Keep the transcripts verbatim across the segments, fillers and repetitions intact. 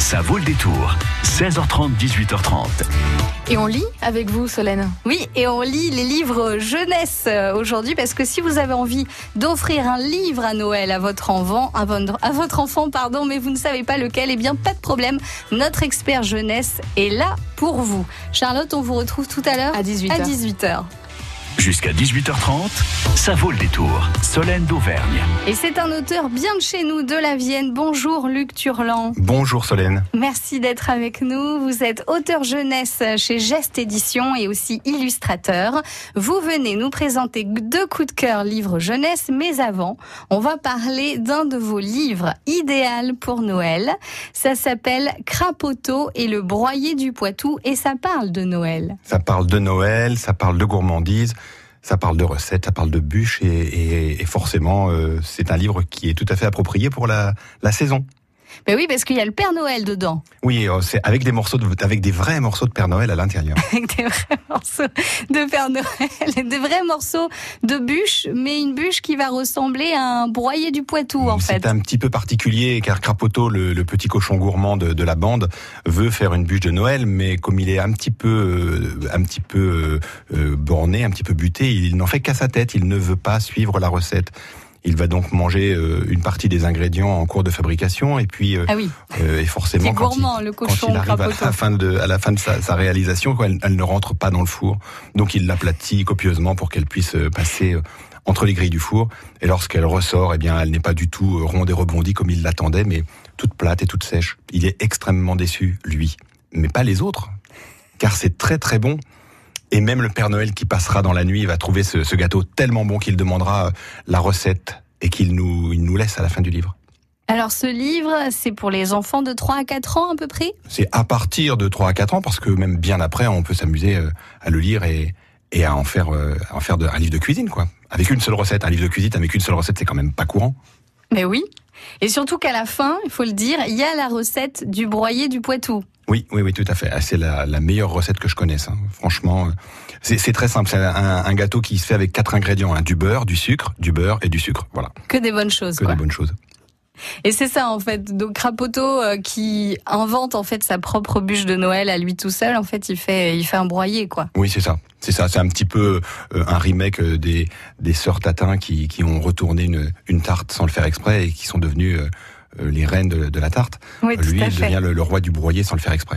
Ça vaut le détour. seize heures trente, dix-huit heures trente. Et on lit avec vous, Solène? Oui, et on lit les livres jeunesse aujourd'hui, parce que si vous avez envie d'offrir un livre à Noël à votre enfant, à votre, à votre enfant, pardon, mais vous ne savez pas lequel, eh bien pas de problème. Notre expert jeunesse est là pour vous. Charlotte, on vous retrouve tout à l'heure à dix-huit heures. À dix-huit heures. Jusqu'à dix-huit heures trente, ça vaut le détour. Solène d'Auvergne. Et c'est un auteur bien de chez nous, de la Vienne. Bonjour Luc Turlan. Bonjour Solène. Merci d'être avec nous. Vous êtes auteur jeunesse chez Geste Éditions et aussi illustrateur. Vous venez nous présenter deux coups de cœur livres jeunesse, mais avant, on va parler d'un de vos livres idéal pour Noël. Ça s'appelle Crapoteau et le broyer du Poitou et ça parle de Noël. Ça parle de Noël, ça parle de gourmandise. Ça parle de recettes, ça parle de bûches et, et, et forcément, euh, c'est un livre qui est tout à fait approprié pour la, la saison. Ben oui, parce qu'il y a le Père Noël dedans. Oui, c'est avec des morceaux, de, avec des vrais morceaux de Père Noël à l'intérieur. Avec des vrais morceaux de Père Noël, des vrais morceaux de bûche, mais une bûche qui va ressembler à un broyer du Poitou, en fait. C'est un petit peu particulier, car Crapoteau, le, le petit cochon gourmand de, de la bande, veut faire une bûche de Noël, mais comme il est un petit peu, euh, un petit peu euh, borné, un petit peu buté, il n'en fait qu'à sa tête. Il ne veut pas suivre la recette. Il va donc manger euh, une partie des ingrédients en cours de fabrication et puis euh, ah oui. euh, et forcément c'est quand, gourmand, il, le cochon, quand il arrive à la fin de à la fin de sa, sa réalisation, quoi, elle, elle ne rentre pas dans le four. Donc il l'aplatit copieusement pour qu'elle puisse passer euh, entre les grilles du four. Et lorsqu'elle ressort, eh bien elle n'est pas du tout ronde et rebondie comme il l'attendait, mais toute plate et toute sèche. Il est extrêmement déçu, lui, mais pas les autres, car c'est très très bon. Et même le Père Noël qui passera dans la nuit va trouver ce, ce gâteau tellement bon qu'il demandera la recette et qu'il nous, il nous laisse à la fin du livre. Alors ce livre, c'est pour les enfants de trois à quatre ans à peu près ? C'est à partir de trois à quatre ans, parce que même bien après, on peut s'amuser à le lire et, et à en faire, à en faire de, un livre de cuisine, quoi. Avec une seule recette. Un livre de cuisine avec une seule recette, c'est quand même pas courant. Mais oui. Et surtout qu'à la fin, il faut le dire, il y a la recette du broyer du Poitou. Oui, oui, oui, tout à fait. C'est la, la meilleure recette que je connaisse. Hein. Franchement, c'est, c'est très simple. C'est un, un gâteau qui se fait avec quatre ingrédients, hein. Du beurre, du sucre, du beurre et du sucre. Voilà. Que des bonnes choses. Que quoi. des bonnes choses. Et c'est ça en fait. Donc Crapoteau euh, qui invente en fait sa propre bûche de Noël à lui tout seul. En fait, il fait, il fait un broyer, quoi. Oui, c'est ça. C'est ça. C'est un petit peu euh, un remake des des sœurs Tatin qui qui ont retourné une une tarte sans le faire exprès et qui sont devenues euh, les reines de, de la tarte. Oui, Lui, tout à il fait. devient le, le roi du broyer sans le faire exprès.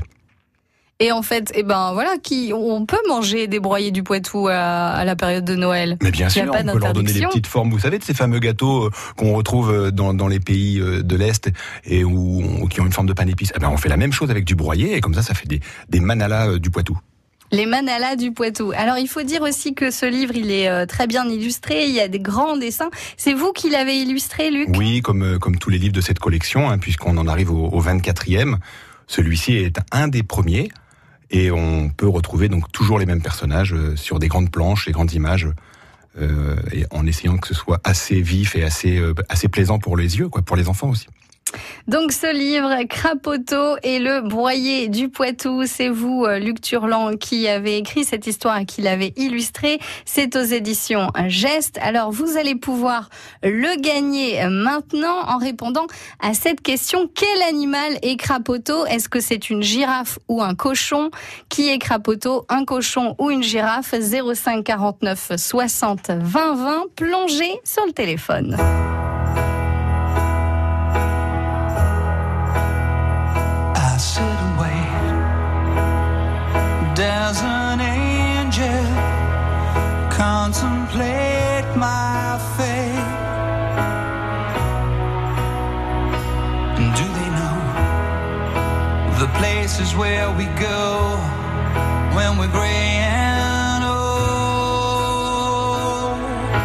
Et en fait, eh ben voilà, qui on peut manger des broyés du Poitou à, à la période de Noël. Mais bien sûr, on peut leur donner des petites formes. Vous savez, de ces fameux gâteaux euh, qu'on retrouve dans, dans les pays euh, de l'Est et où, où qui ont une forme de pain d'épices. Eh ben, on fait la même chose avec du broyer et comme ça, ça fait des, des manalas euh, du Poitou. Les manalas du Poitou. Alors, il faut dire aussi que ce livre, il est euh, très bien illustré. Il y a des grands dessins. C'est vous qui l'avez illustré, Luc ? Oui, comme euh, comme tous les livres de cette collection, hein, puisqu'on en arrive au, au vingt-quatrième. Celui-ci est un des premiers. Et on peut retrouver donc toujours les mêmes personnages euh, sur des grandes planches, des grandes images, euh, et en essayant que ce soit assez vif et assez euh, assez plaisant pour les yeux, quoi, pour les enfants aussi. Donc ce livre, Crapoteau et le broyer du Poitou, c'est vous, Luc Turlan, qui avez écrit cette histoire et qui l'avez illustrée. C'est aux éditions Geste. Alors vous allez pouvoir le gagner maintenant en répondant à cette question. Quel animal est Crapoteau ? Est-ce que c'est une girafe ou un cochon ? Qui est Crapoteau ? Un cochon ou une girafe ? zéro cinq quarante-neuf soixante vingt vingt. Plongez sur le téléphone. I sit and wait. Does an angel contemplate my fate? And do they know the places where we go when we're gray and old?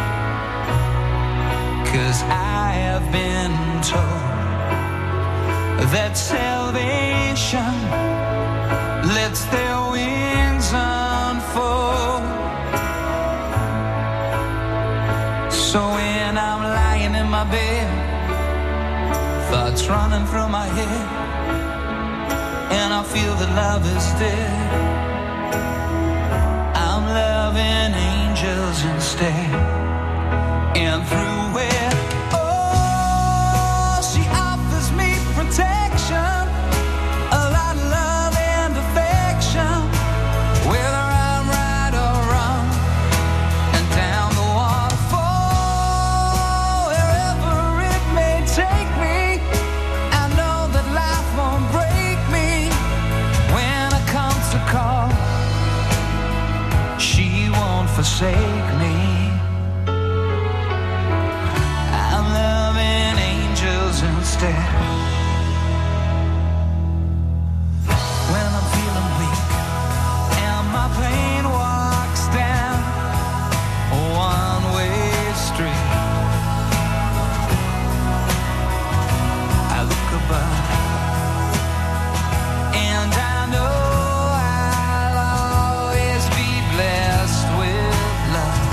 'Cause I have been told that salvation lets their wings unfold. So when I'm lying in my bed, thoughts running through my head, and I feel that love is dead, I'm loving angels instead. And through it, oh, she offers me protection And I know I'll always be blessed with love.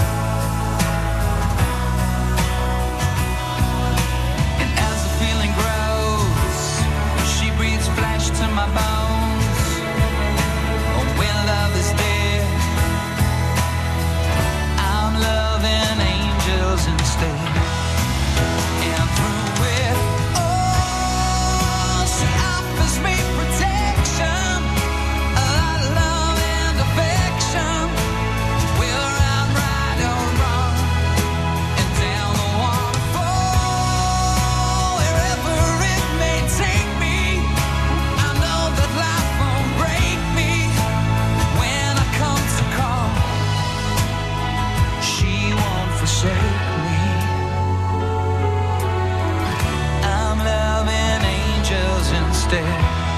And as the feeling grows, she breathes flesh to my bones. Oh, when love is dead, I'm loving angels instead. And through it all, she offers me protection, a lot of love and affection. Whether I'm right or wrong, and down the waterfall, wherever it may take me, I know that life won't break me. When I come to call, she won't forsake me. I'm loving angels instead.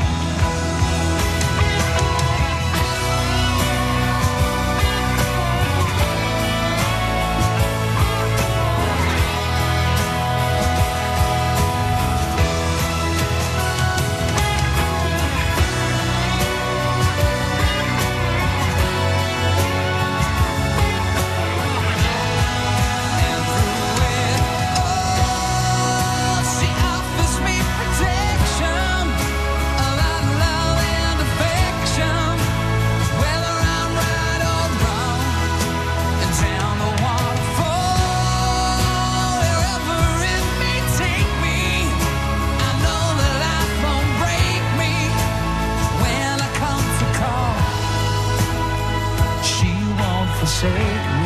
And through it all, she offers me protection, a lot of love and affection. Whether I'm right or wrong, and down the waterfall, wherever it may take me, I know that life won't break me. When I come to call, she won't forsake me.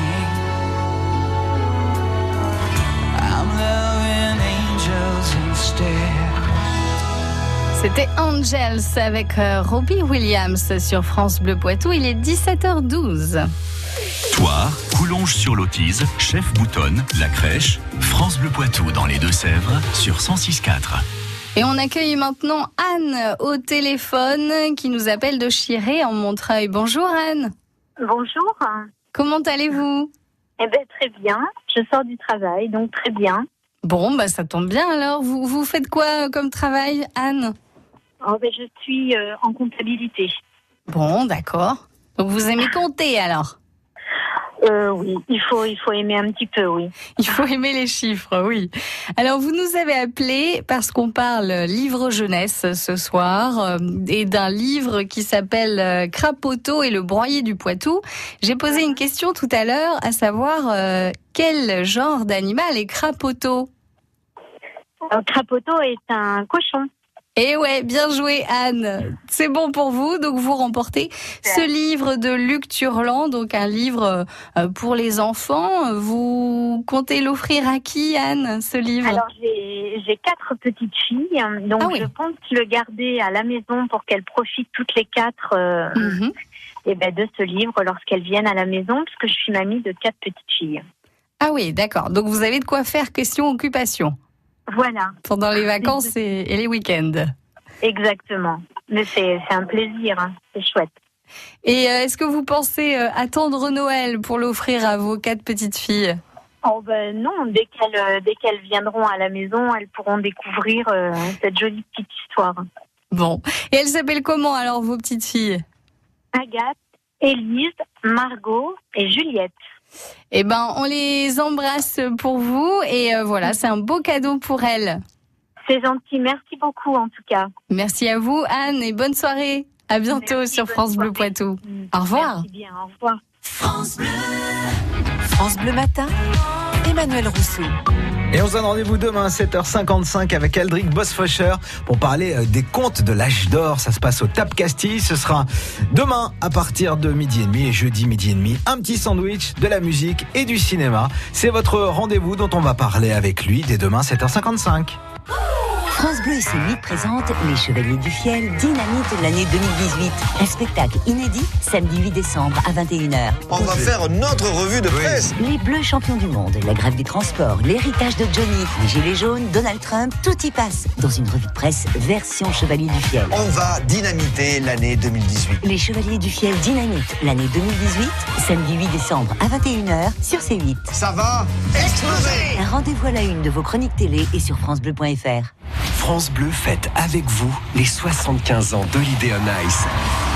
I'm loving angels instead. C'était Angels avec euh, Robbie Williams sur France Bleu Poitou. Il est dix-sept heures douze. Thouars, Coulonges-sur-Lotise, Chef Boutonne, La Crèche, France Bleu Poitou dans les Deux-Sèvres sur cent six virgule quatre. Et on accueille maintenant Anne au téléphone qui nous appelle de Chiré en Montreuil. Bonjour Anne. Bonjour. Comment allez-vous? Eh ben très bien. Je sors du travail, donc très bien. Bon, bah ça tombe bien alors. Vous, vous faites quoi comme travail, Anne? Oh, ben, je suis euh, en comptabilité. Bon, d'accord. Donc vous aimez compter alors? Euh, oui, il faut, il faut aimer un petit peu, oui. Il faut aimer les chiffres, oui. Alors, vous nous avez appelé parce qu'on parle livre jeunesse ce soir euh, et d'un livre qui s'appelle euh, Crapoteau et le broyer du Poitou. J'ai posé une question tout à l'heure, à savoir euh, quel genre d'animal est Crapoteau? Un crapoteau est un cochon. Eh ouais, bien joué Anne. C'est bon pour vous, donc vous remportez ce livre de Luc Turland, donc un livre euh, pour les enfants. Vous comptez l'offrir à qui, Anne, ce livre? Alors j'ai, j'ai quatre petites filles, donc Ah oui. je pense le garder à la maison pour qu'elles profitent toutes les quatre euh, Mhm. eh ben, de ce livre lorsqu'elles viennent à la maison, parce que je suis mamie de quatre petites filles. Ah oui, d'accord. Donc vous avez de quoi faire question occupation Voilà, pendant les vacances et, et les week-ends. exactement. Mais c'est, c'est un plaisir, hein. C'est chouette. Et euh, est-ce que vous pensez euh, attendre Noël pour l'offrir à vos quatre petites filles? Oh ben non, dès qu'elles, euh, dès qu'elles viendront à la maison, elles pourront découvrir euh, cette jolie petite histoire. Bon. Et elles s'appellent comment alors vos petites filles? Agathe, Élise, Margot et Juliette. Eh ben, on les embrasse pour vous et euh, voilà, c'est un beau cadeau pour elles. C'est gentil, merci beaucoup en tout cas. Merci à vous Anne et bonne soirée. À bientôt Merci, sur bonne France Bleu soirée. Poitou. Au revoir. Merci bien, au revoir. France Bleu Matin, Emmanuel Rousseau. Et on se donne rendez-vous demain à sept heures cinquante-cinq avec Aldric Bosfaucher pour parler des contes de l'âge d'or. Ça se passe au Tap Castille. Ce sera demain à partir de midi et demi et jeudi midi et demi. Un petit sandwich, de la musique et du cinéma. C'est votre rendez-vous dont on va parler avec lui dès demain sept heures cinquante-cinq. France Bleu et ses huit présentent Les Chevaliers du Fiel Dynamite l'année deux mille dix-huit. Un spectacle inédit, samedi huit décembre à vingt et une heures. On va faire notre revue de presse. Les Bleus champions du monde, la grève des transports, l'héritage de Johnny, les Gilets jaunes, Donald Trump, tout y passe dans une revue de presse version Chevalier du Fiel. On va dynamiter l'année deux mille dix-huit. Les Chevaliers du Fiel Dynamite l'année deux mille dix-huit, samedi huit décembre à vingt et une heures sur C huit. Ça va exploser. Un rendez-vous à la une de vos chroniques télé et sur francebleu point fr. France Bleu fête avec vous les soixante-quinze ans d'Holiday on Ice.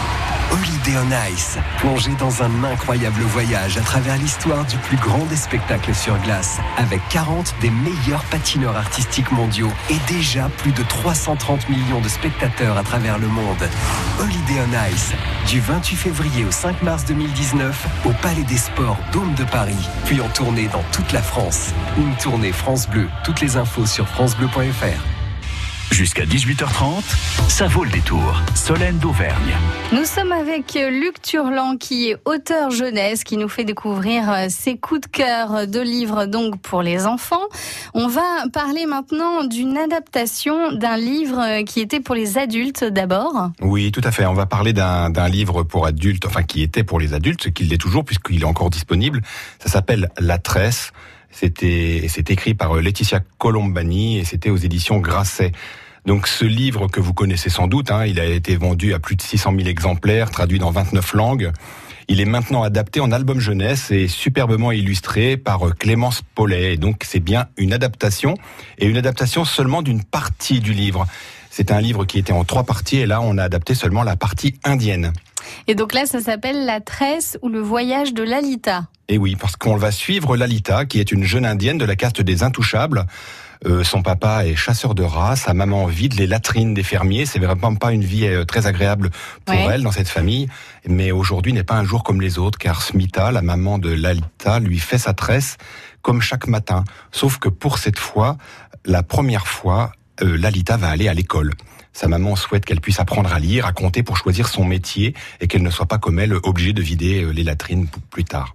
Holiday on Ice, plongez dans un incroyable voyage à travers l'histoire du plus grand des spectacles sur glace, avec quarante des meilleurs patineurs artistiques mondiaux et déjà plus de trois cent trente millions de spectateurs à travers le monde. Holiday on Ice, du vingt-huit février au cinq mars deux mille dix-neuf, au Palais des Sports, Dôme de Paris, puis en tournée dans toute la France. Une tournée France Bleu, toutes les infos sur francebleu point f r. Jusqu'à dix-huit heures trente, ça vaut le détour. Solène d'Auvergne. Nous sommes avec Luc Turlan, qui est auteur jeunesse, qui nous fait découvrir ses coups de cœur de livres donc pour les enfants. On va parler maintenant d'une adaptation d'un livre qui était pour les adultes d'abord. Oui, tout à fait. On va parler d'un, d'un livre pour adultes, enfin qui était pour les adultes, ce qu'il l'est toujours puisqu'il est encore disponible. Ça s'appelle La Tresse. C'était, c'est écrit par Laetitia Colombani et c'était aux éditions Grasset. Donc ce livre que vous connaissez sans doute, hein, il a été vendu à plus de six cent mille exemplaires, traduit dans vingt-neuf langues. Il est maintenant adapté en album jeunesse et superbement illustré par Clémence Paulet. Et donc c'est bien une adaptation, et une adaptation seulement d'une partie du livre. C'est un livre qui était en trois parties et là on a adapté seulement la partie indienne. Et donc là ça s'appelle La Tresse ou le voyage de Lalita. Et oui, parce qu'on va suivre Lalita, qui est une jeune indienne de la caste des Intouchables. Euh, son papa est chasseur de rats, sa maman vide les latrines des fermiers. C'est vraiment pas une vie euh, très agréable pour ouais. elle dans cette famille. Mais aujourd'hui n'est pas un jour comme les autres, car Smita, la maman de Lalita, lui fait sa tresse comme chaque matin. Sauf que pour cette fois, la première fois, euh, Lalita va aller à l'école. Sa maman souhaite qu'elle puisse apprendre à lire, à compter pour choisir son métier et qu'elle ne soit pas comme elle obligée de vider les latrines plus tard.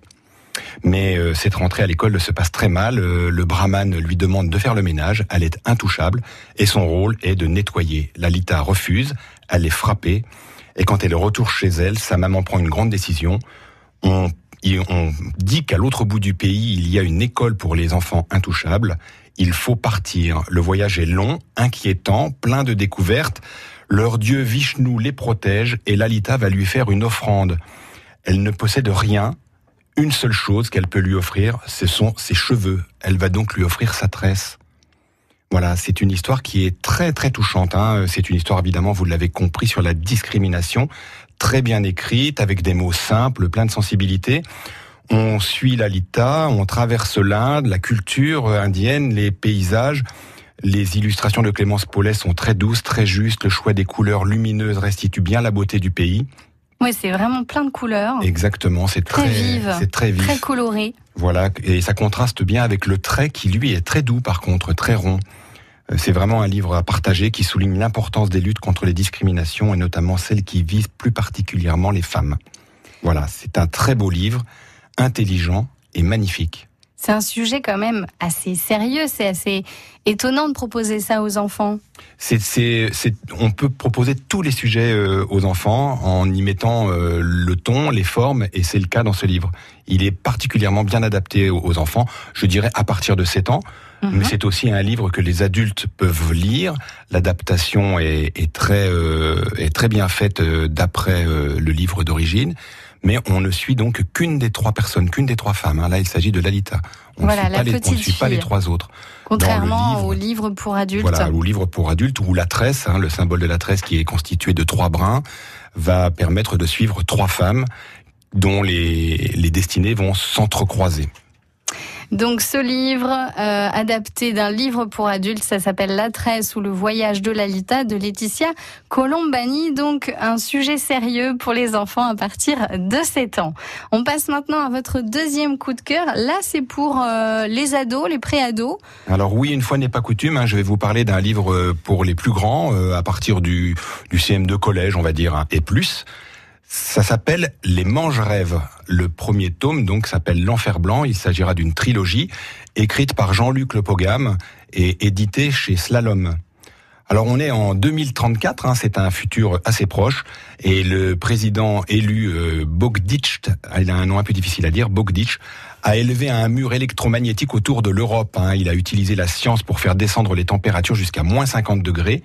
Mais euh, cette rentrée à l'école se passe très mal. Euh, le brahman lui demande de faire le ménage. Elle est intouchable et son rôle est de nettoyer. Lalita refuse, elle est frappée. Et quand elle retourne chez elle, sa maman prend une grande décision. On, on dit qu'à l'autre bout du pays, il y a une école pour les enfants intouchables. Il faut partir. Le voyage est long, inquiétant, plein de découvertes. Leur dieu Vishnu les protège et Lalita va lui faire une offrande. Elle ne possède rien. Une seule chose qu'elle peut lui offrir, ce sont ses cheveux. Elle va donc lui offrir sa tresse. Voilà, c'est une histoire qui est très très touchante. Hein. C'est une histoire, évidemment, vous l'avez compris, sur la discrimination, très bien écrite, avec des mots simples, plein de sensibilité. On suit Lalita, on traverse l'Inde, la culture indienne, les paysages. Les illustrations de Clémence Paulet sont très douces, très justes. Le choix des couleurs lumineuses restitue bien la beauté du pays. Oui, c'est vraiment plein de couleurs. Exactement, c'est très, très vive, c'est très vif, très coloré. Voilà, et ça contraste bien avec le trait qui, lui, est très doux, par contre, très rond. C'est vraiment un livre à partager qui souligne l'importance des luttes contre les discriminations et notamment celles qui visent plus particulièrement les femmes. Voilà, c'est un très beau livre, intelligent et magnifique. C'est un sujet quand même assez sérieux, c'est assez étonnant de proposer ça aux enfants. C'est, c'est, c'est, on peut proposer tous les sujets euh, aux enfants en y mettant euh, le ton, les formes, et c'est le cas dans ce livre. Il est particulièrement bien adapté aux, aux enfants, je dirais à partir de sept ans, mm-hmm. mais c'est aussi un livre que les adultes peuvent lire. L'adaptation est, est, très, euh, est très bien faite euh, d'après euh, le livre d'origine. Mais on ne suit donc qu'une des trois personnes, qu'une des trois femmes. Là, il s'agit de Lalita. On voilà, ne suit, pas les, on ne suit pas les fille. trois autres. Contrairement livre, au livre pour adultes. Voilà, au livre pour adultes, où la tresse, hein, le symbole de la tresse qui est constitué de trois brins, va permettre de suivre trois femmes dont les, les destinées vont s'entrecroiser. Donc ce livre, euh, adapté d'un livre pour adultes, ça s'appelle La Tresse ou le voyage de Lalita de Laetitia Colombani. Donc un sujet sérieux pour les enfants à partir de sept ans. On passe maintenant à votre deuxième coup de cœur. Là, c'est pour euh, les ados, les pré-ados. Alors oui, une fois n'est pas coutume, hein, je vais vous parler d'un livre pour les plus grands, euh, à partir du, du C M deux collège, on va dire, hein, et plus. Ça s'appelle Les Mange-Rêves. Le premier tome, donc, s'appelle L'Enfer Blanc. Il s'agira d'une trilogie écrite par Jean-Luc Le Pogam et éditée chez Slalom. Alors, on est en deux mille trente-quatre, hein, c'est un futur assez proche, et le président élu euh, Bogdić, il a un nom un peu difficile à dire, Bogdić, a élevé un mur électromagnétique autour de l'Europe. Hein. Il a utilisé la science pour faire descendre les températures jusqu'à moins cinquante degrés,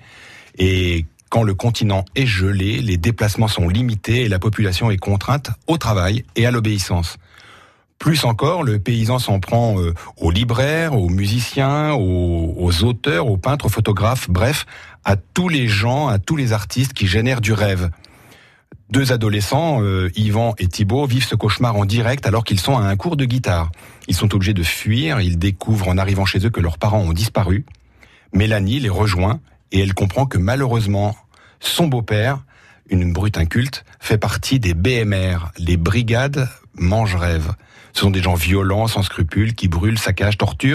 et quand le continent est gelé, les déplacements sont limités et la population est contrainte au travail et à l'obéissance. Plus encore, le paysan s'en prend euh, aux libraires, aux musiciens, aux, aux auteurs, aux peintres, aux photographes, bref, à tous les gens, à tous les artistes qui génèrent du rêve. Deux adolescents, euh, Yvan et Thibaut, vivent ce cauchemar en direct alors qu'ils sont à un cours de guitare. Ils sont obligés de fuir, ils découvrent en arrivant chez eux que leurs parents ont disparu. Mélanie les rejoint et elle comprend que malheureusement, son beau-père, une brute inculte, fait partie des B M R, les brigades mange-rêve. Ce sont des gens violents, sans scrupules, qui brûlent, saccagent, torturent,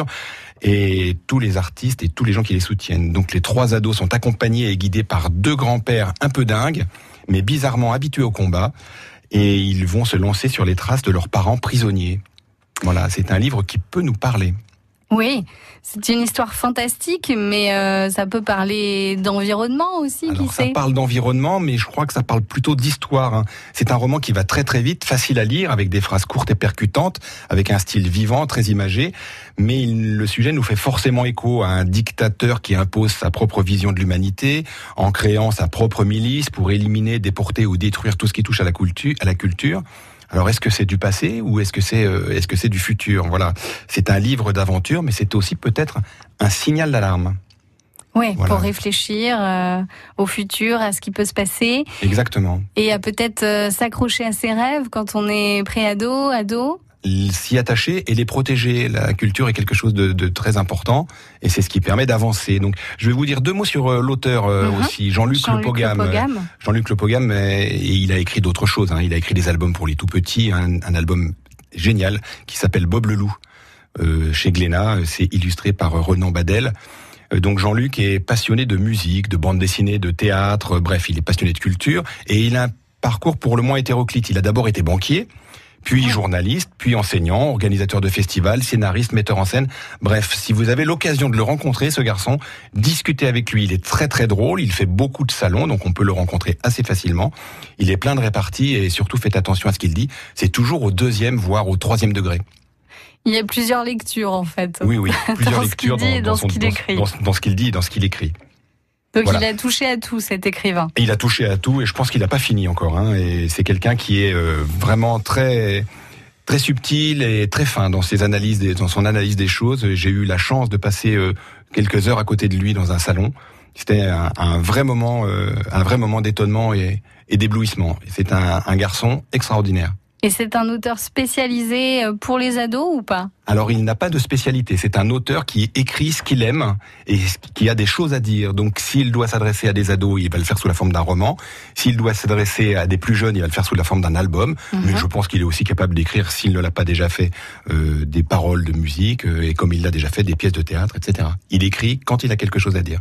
et tous les artistes et tous les gens qui les soutiennent. Donc les trois ados sont accompagnés et guidés par deux grands-pères un peu dingues, mais bizarrement habitués au combat, et ils vont se lancer sur les traces de leurs parents prisonniers. Voilà, c'est un livre qui peut nous parler. Oui, c'est une histoire fantastique, mais euh, ça peut parler d'environnement aussi, Alors, qui ça sait. parle d'environnement, mais je crois que ça parle plutôt d'histoire. Hein. C'est un roman qui va très très vite, facile à lire, avec des phrases courtes et percutantes, avec un style vivant, très imagé, mais il, le sujet nous fait forcément écho à un dictateur qui impose sa propre vision de l'humanité, en créant sa propre milice pour éliminer, déporter ou détruire tout ce qui touche à la culture. À la culture. Alors, est-ce que c'est du passé ou est-ce que c'est euh, est-ce que c'est du futur ? Voilà, c'est un livre d'aventure, mais c'est aussi peut-être un signal d'alarme. Oui, Voilà. pour réfléchir euh, au futur, à ce qui peut se passer. Exactement. Et à peut-être euh, s'accrocher à ses rêves quand on est pré-ado, ado. S'y attacher et les protéger. La culture est quelque chose de, de très important et c'est ce qui permet d'avancer. Donc, je vais vous dire deux mots sur euh, l'auteur euh, Mhm. aussi, Jean-Luc, Jean-Luc Le Pogam. Le Pogam. Jean-Luc Le Pogam, euh, et il a écrit d'autres choses. Hein. Il a écrit des albums pour les tout petits, un, un album génial qui s'appelle Bob le Loup euh, chez Glénat. C'est illustré par euh, Renan Badel. Euh, donc Jean-Luc est passionné de musique, de bande dessinée, de théâtre. Euh, bref, il est passionné de culture et il a un parcours pour le moins hétéroclite. Il a d'abord été banquier, puis journaliste, puis enseignant, organisateur de festivals, scénariste, metteur en scène. Bref, si vous avez l'occasion de le rencontrer, ce garçon, discutez avec lui. Il est très très drôle, il fait beaucoup de salons, donc on peut le rencontrer assez facilement. Il est plein de réparties et surtout faites attention à ce qu'il dit. C'est toujours au deuxième, voire au troisième degré. Il y a plusieurs lectures en fait. Oui, oui, plusieurs Dans ce lectures qu'il dit et dans ce son- qu'il dans- écrit. dans- dans ce qu'il dit et dans ce qu'il écrit. Donc Voilà. il a touché à tout, cet écrivain. Et il a touché à tout et je pense qu'il n'a pas fini encore. Hein, et c'est quelqu'un qui est euh, vraiment très... très subtil et très fin dans ses analyses, des, dans son analyse des choses. J'ai eu la chance de passer euh, quelques heures à côté de lui dans un salon. C'était un, un vrai moment, euh, un vrai moment d'étonnement et, et d'éblouissement. C'est un, un garçon extraordinaire. Et c'est un auteur spécialisé pour les ados ou pas ? Alors il n'a pas de spécialité. C'est un auteur qui écrit ce qu'il aime et qui a des choses à dire. Donc s'il doit s'adresser à des ados, il va le faire sous la forme d'un roman. S'il doit s'adresser à des plus jeunes, il va le faire sous la forme d'un album. Mm-hmm. Mais je pense qu'il est aussi capable d'écrire, s'il ne l'a pas déjà fait, euh, des paroles de musique euh, et comme il l'a déjà fait, des pièces de théâtre, et cetera. Il écrit quand il a quelque chose à dire.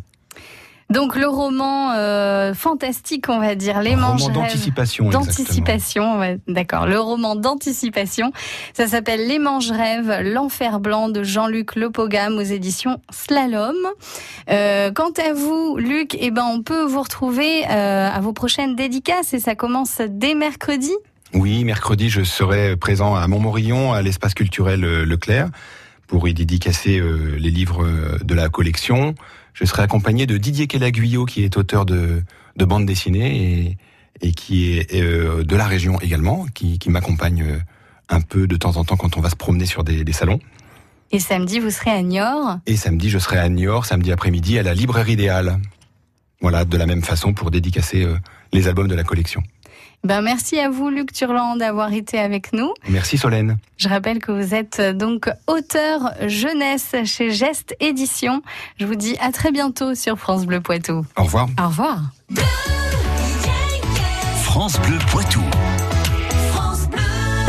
Donc le roman euh, fantastique, on va dire, Les Manges Rêves. D'anticipation, d'anticipation, ouais, d'accord. Le roman d'anticipation, ça s'appelle Les Manges Rêves, l'enfer blanc de Jean-Luc Le Pogam aux éditions Slalom. Euh, quant à vous, Luc, eh ben on peut vous retrouver euh, à vos prochaines dédicaces et ça commence dès mercredi. Oui, mercredi, je serai présent à Montmorillon, à l'espace culturel Leclerc, pour y dédicacer euh, les livres de la collection. Je serai accompagné de Didier Kellaguillot, qui est auteur de, de bande dessinée et, et qui est euh, de la région également, qui, qui m'accompagne euh, un peu de temps en temps quand on va se promener sur des, des salons. Et samedi, vous serez à Niort. Et samedi, je serai à Niort, samedi après-midi, à la librairie des Halles. Voilà, de la même façon pour dédicacer euh, les albums de la collection. Ben merci à vous, Luc Turland, d'avoir été avec nous. Merci Solène. Je rappelle que vous êtes donc auteur jeunesse chez Geste Éditions. Je vous dis à très bientôt sur France Bleu Poitou. Au revoir. Au revoir. France Bleu Poitou.